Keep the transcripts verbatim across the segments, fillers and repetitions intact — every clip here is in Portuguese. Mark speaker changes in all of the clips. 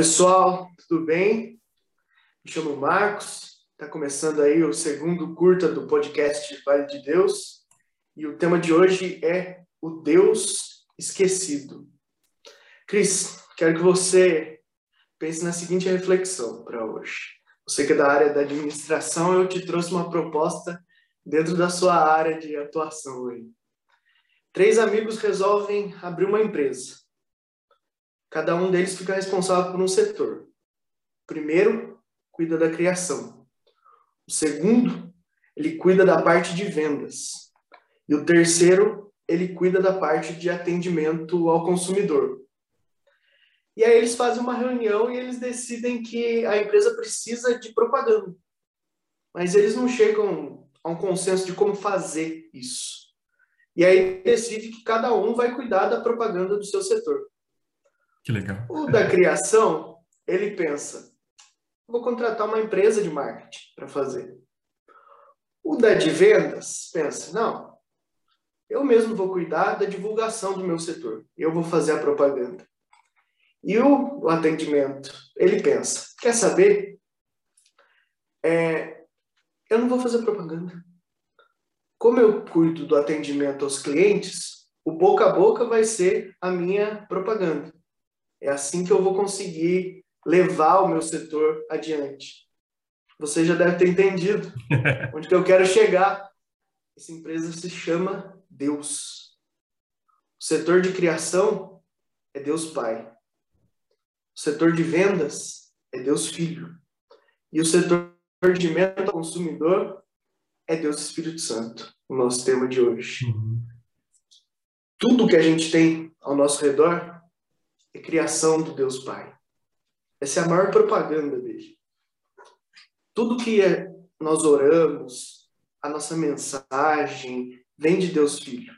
Speaker 1: Fala pessoal, tudo bem? Me chamo Marcos, está começando aí o segundo curta do podcast Vale de Deus e o tema de hoje é o Deus esquecido. Cris, quero que você pense na seguinte reflexão para hoje. Você que é da área da administração, eu te trouxe uma proposta dentro da sua área de atuação aí. Três amigos resolvem abrir uma empresa. Cada um deles fica responsável por um setor. O primeiro cuida da criação. O segundo, ele cuida da parte de vendas. E o terceiro, ele cuida da parte de atendimento ao consumidor. E aí eles fazem uma reunião e eles decidem que a empresa precisa de propaganda. Mas eles não chegam a um consenso de como fazer isso. E aí decide que cada um vai cuidar da propaganda do seu setor.
Speaker 2: Que legal.
Speaker 1: O da criação, ele pensa, vou contratar uma empresa de marketing para fazer. O da de vendas pensa, não, eu mesmo vou cuidar da divulgação do meu setor. Eu vou fazer a propaganda. E o, o atendimento, ele pensa, quer saber? É, eu não vou fazer propaganda. Como eu cuido do atendimento aos clientes, o boca a boca vai ser a minha propaganda. É assim que eu vou conseguir levar o meu setor adiante. Você já deve ter entendido onde que eu quero chegar. Essa empresa se chama Deus. O setor de criação é Deus Pai. O setor de vendas é Deus Filho. E o setor de atendimento ao consumidor é Deus Espírito Santo, o nosso tema de hoje.
Speaker 2: Uhum.
Speaker 1: Tudo que a gente tem ao nosso redor é criação do Deus Pai. Essa é a maior propaganda dele. Tudo que é, nós oramos, a nossa mensagem, vem de Deus Filho.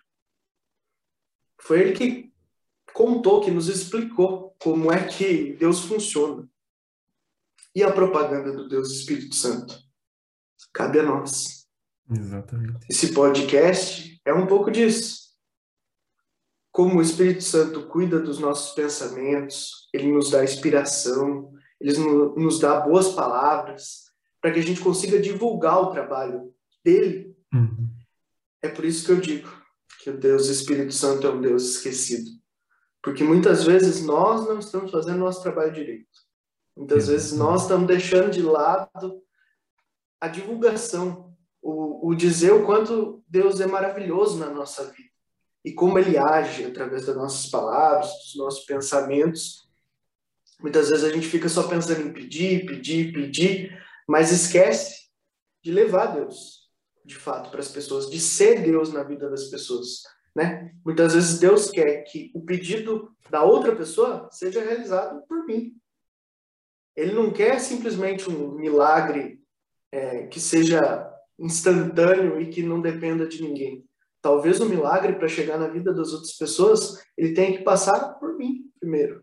Speaker 1: Foi ele que contou, que nos explicou como é que Deus funciona. E a propaganda do Deus Espírito Santo? Cabe a nós.
Speaker 2: Exatamente.
Speaker 1: Esse podcast é um pouco disso. Como o Espírito Santo cuida dos nossos pensamentos, ele nos dá inspiração, ele nos dá boas palavras, para que a gente consiga divulgar o trabalho dele.
Speaker 2: Uhum.
Speaker 1: É por isso que eu digo que o Deus Espírito Santo é um Deus esquecido. Porque muitas vezes nós não estamos fazendo o nosso trabalho direito. Muitas
Speaker 2: Exatamente.
Speaker 1: vezes nós estamos deixando de lado a divulgação, o, o dizer o quanto Deus é maravilhoso na nossa vida. E como ele age através das nossas palavras, dos nossos pensamentos. Muitas vezes a gente fica só pensando em pedir, pedir, pedir, mas esquece de levar Deus, de fato, para as pessoas, de ser Deus na vida das pessoas, né? Muitas vezes Deus quer que o pedido da outra pessoa seja realizado por mim. Ele não quer simplesmente um milagre é, que seja instantâneo e que não dependa de ninguém. Talvez o milagre, para chegar na vida das outras pessoas, ele tenha que passar por mim primeiro.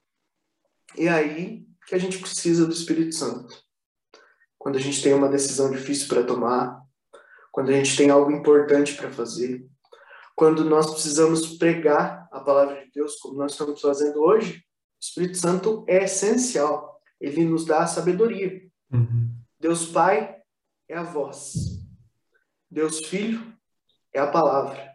Speaker 1: E aí que a gente precisa do Espírito Santo. Quando a gente tem uma decisão difícil para tomar, quando a gente tem algo importante para fazer, quando nós precisamos pregar a palavra de Deus, como nós estamos fazendo hoje, o Espírito Santo é essencial. Ele nos dá a sabedoria.
Speaker 2: Uhum.
Speaker 1: Deus Pai é a voz. Deus Filho é a palavra.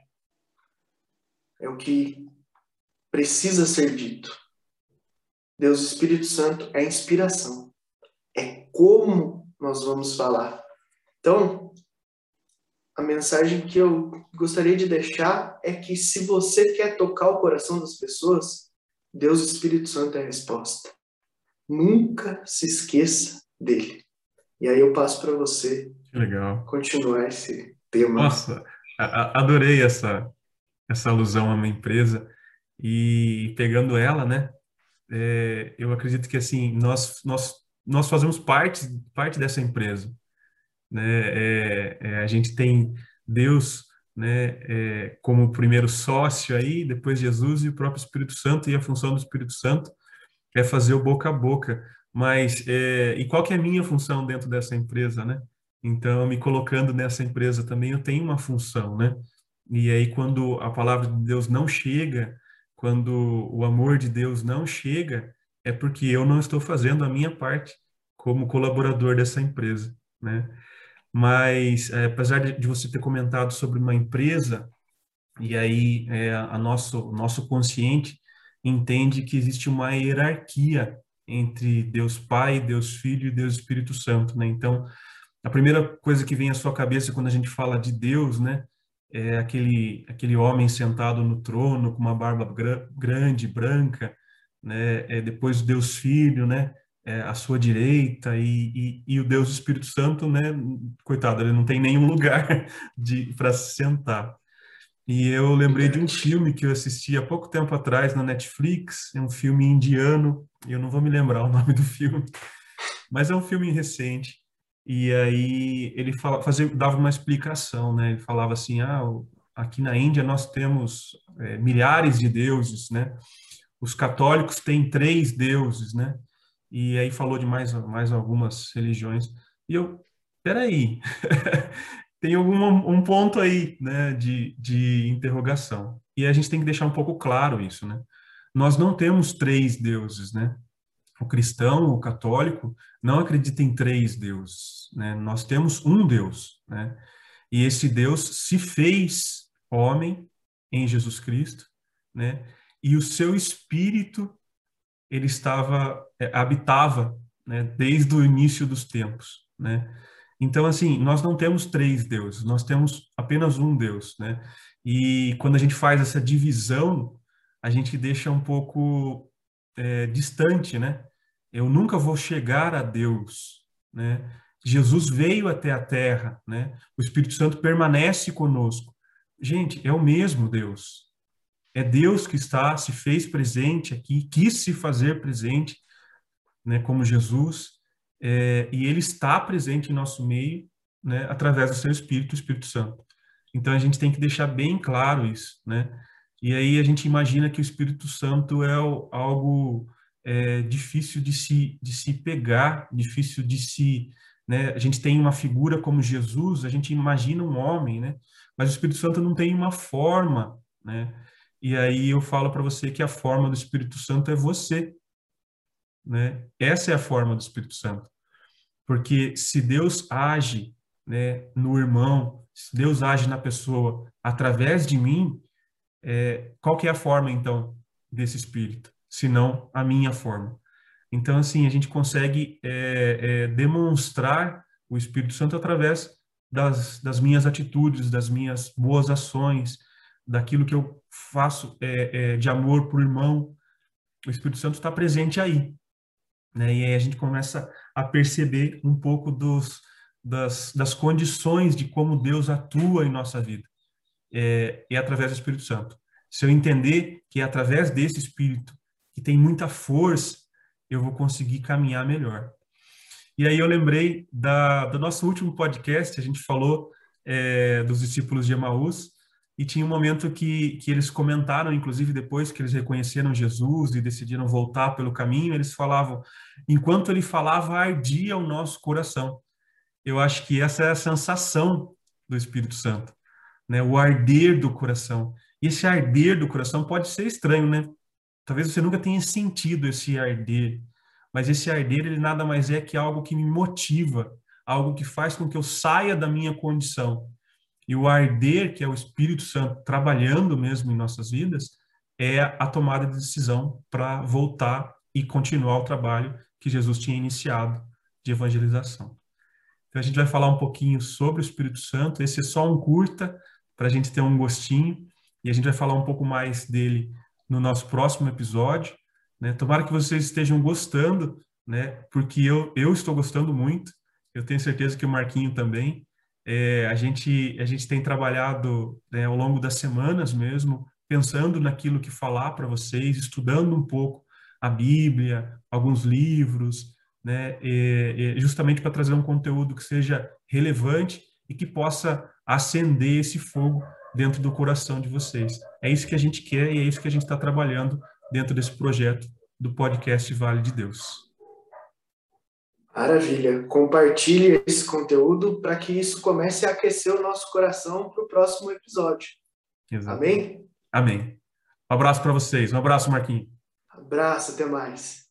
Speaker 1: É o que precisa ser dito. Deus Espírito Santo é a inspiração. É como nós vamos falar. Então, a mensagem que eu gostaria de deixar é que se você quer tocar o coração das pessoas, Deus Espírito Santo é a resposta. Nunca se esqueça dele. E aí eu passo para você
Speaker 2: Que legal.
Speaker 1: continuar esse tema.
Speaker 2: Nossa, a- a- adorei essa, essa alusão a uma empresa. E pegando ela, né? é, eu acredito que assim nós nós nós fazemos parte parte dessa empresa, né? É, é, a gente tem Deus, né? é, como o primeiro sócio aí, depois Jesus e o próprio Espírito Santo, e a função do Espírito Santo é fazer o boca a boca. Mas é, e qual que é a minha função dentro dessa empresa, né? Então, me colocando nessa empresa também, eu tenho uma função, né? E aí, quando a palavra de Deus não chega, quando o amor de Deus não chega, é porque eu não estou fazendo a minha parte como colaborador dessa empresa, né? Mas, é, apesar de, de você ter comentado sobre uma empresa, e aí é, a nosso, o nosso consciente entende que existe uma hierarquia entre Deus Pai, Deus Filho e Deus Espírito Santo, né? Então, a primeira coisa que vem à sua cabeça quando a gente fala de Deus, né, é aquele aquele homem sentado no trono com uma barba gra grande, branca, né, é depois o Deus Filho, né, é, à sua direita e, e, e o Deus Espírito Santo, né, coitado, ele não tem nenhum lugar de para se sentar. E eu lembrei de um
Speaker 1: Verdade.
Speaker 2: filme que eu assisti há pouco tempo atrás na Netflix, é um filme indiano, eu não vou me lembrar o nome do filme, mas é um filme recente. E aí ele fala, fazia, dava uma explicação, né? Ele falava assim, ah, o- aqui na Índia nós temos é, milhares de deuses, né? Os católicos têm três deuses, né? E aí falou de mais, mais algumas religiões. E eu, peraí, tem algum um ponto aí, né, de, de interrogação. E a gente tem que deixar um pouco claro isso, né? Nós não temos três deuses, né? O cristão, o católico, não acredita em três deuses, né? Nós temos um Deus, né? E esse Deus se fez homem em Jesus Cristo, né? E o seu espírito, ele estava, é, habitava, né? Desde o início dos tempos, né? Então, assim, nós não temos três deuses, nós temos apenas um Deus, né? E quando a gente faz essa divisão, a gente deixa um pouco é, distante, né? Eu nunca vou chegar a Deus, né? Jesus veio até a Terra, né? O Espírito Santo permanece conosco. Gente, é o mesmo Deus. É Deus que está, se fez presente aqui, quis se fazer presente, né? Como Jesus, é, e Ele está presente em nosso meio, né? Através do Seu Espírito, o Espírito Santo. Então a gente tem que deixar bem claro isso, né? E aí a gente imagina que o Espírito Santo é o- algo é, difícil de se de se pegar, difícil de se, né? A gente tem uma figura como Jesus, a gente imagina um homem, né? Mas o Espírito Santo não tem uma forma, né? E aí eu falo para você que a forma do Espírito Santo é você, né? Essa é a forma do Espírito Santo. Porque se Deus age, né, no irmão, se Deus age na pessoa através de mim, é, qual que é a forma, então, desse espírito? Se não a minha forma. Então, assim, a gente consegue é, é, demonstrar o Espírito Santo através das, das minhas atitudes, das minhas boas ações, daquilo que eu faço é, é, de amor para o irmão. O Espírito Santo está presente aí, né? E aí a gente começa a perceber um pouco dos, das, das condições de como Deus atua em nossa vida. É, é através do Espírito Santo. Se eu entender que é através desse Espírito, que tem muita força, eu vou conseguir caminhar melhor. E aí eu lembrei da, do nosso último podcast, a gente falou é, dos discípulos de Emaús, e tinha um momento que, que eles comentaram, inclusive depois que eles reconheceram Jesus e decidiram voltar pelo caminho, eles falavam, enquanto ele falava, ardia o nosso coração. Eu acho que essa é a sensação do Espírito Santo, né? O arder do coração. E esse arder do coração pode ser estranho, né? Talvez você nunca tenha sentido esse arder, mas esse arder, ele nada mais é que algo que me motiva, algo que faz com que eu saia da minha condição. E o arder, que é o Espírito Santo trabalhando mesmo em nossas vidas, é a tomada de decisão para voltar e continuar o trabalho que Jesus tinha iniciado de evangelização. Então a gente vai falar um pouquinho sobre o Espírito Santo. Esse é só um curta para a gente ter um gostinho e a gente vai falar um pouco mais dele no nosso próximo episódio, né? Tomara que vocês estejam gostando, né? Porque eu eu estou gostando muito. Eu tenho certeza que o Marquinho também. É, a gente a gente tem trabalhado, né, ao longo das semanas mesmo, pensando naquilo que falar para vocês, estudando um pouco a Bíblia, alguns livros, né, e, e justamente para trazer um conteúdo que seja relevante e que possa acender esse fogo dentro do coração de vocês. É isso que a gente quer e é isso que a gente está trabalhando dentro desse projeto do podcast Vale de Deus.
Speaker 1: Maravilha. Compartilhe esse conteúdo para que isso comece a aquecer o nosso coração para o próximo episódio.
Speaker 2: Exatamente.
Speaker 1: Amém?
Speaker 2: Amém. Um abraço para vocês. Um abraço, Marquinhos.
Speaker 1: Abraço, até mais.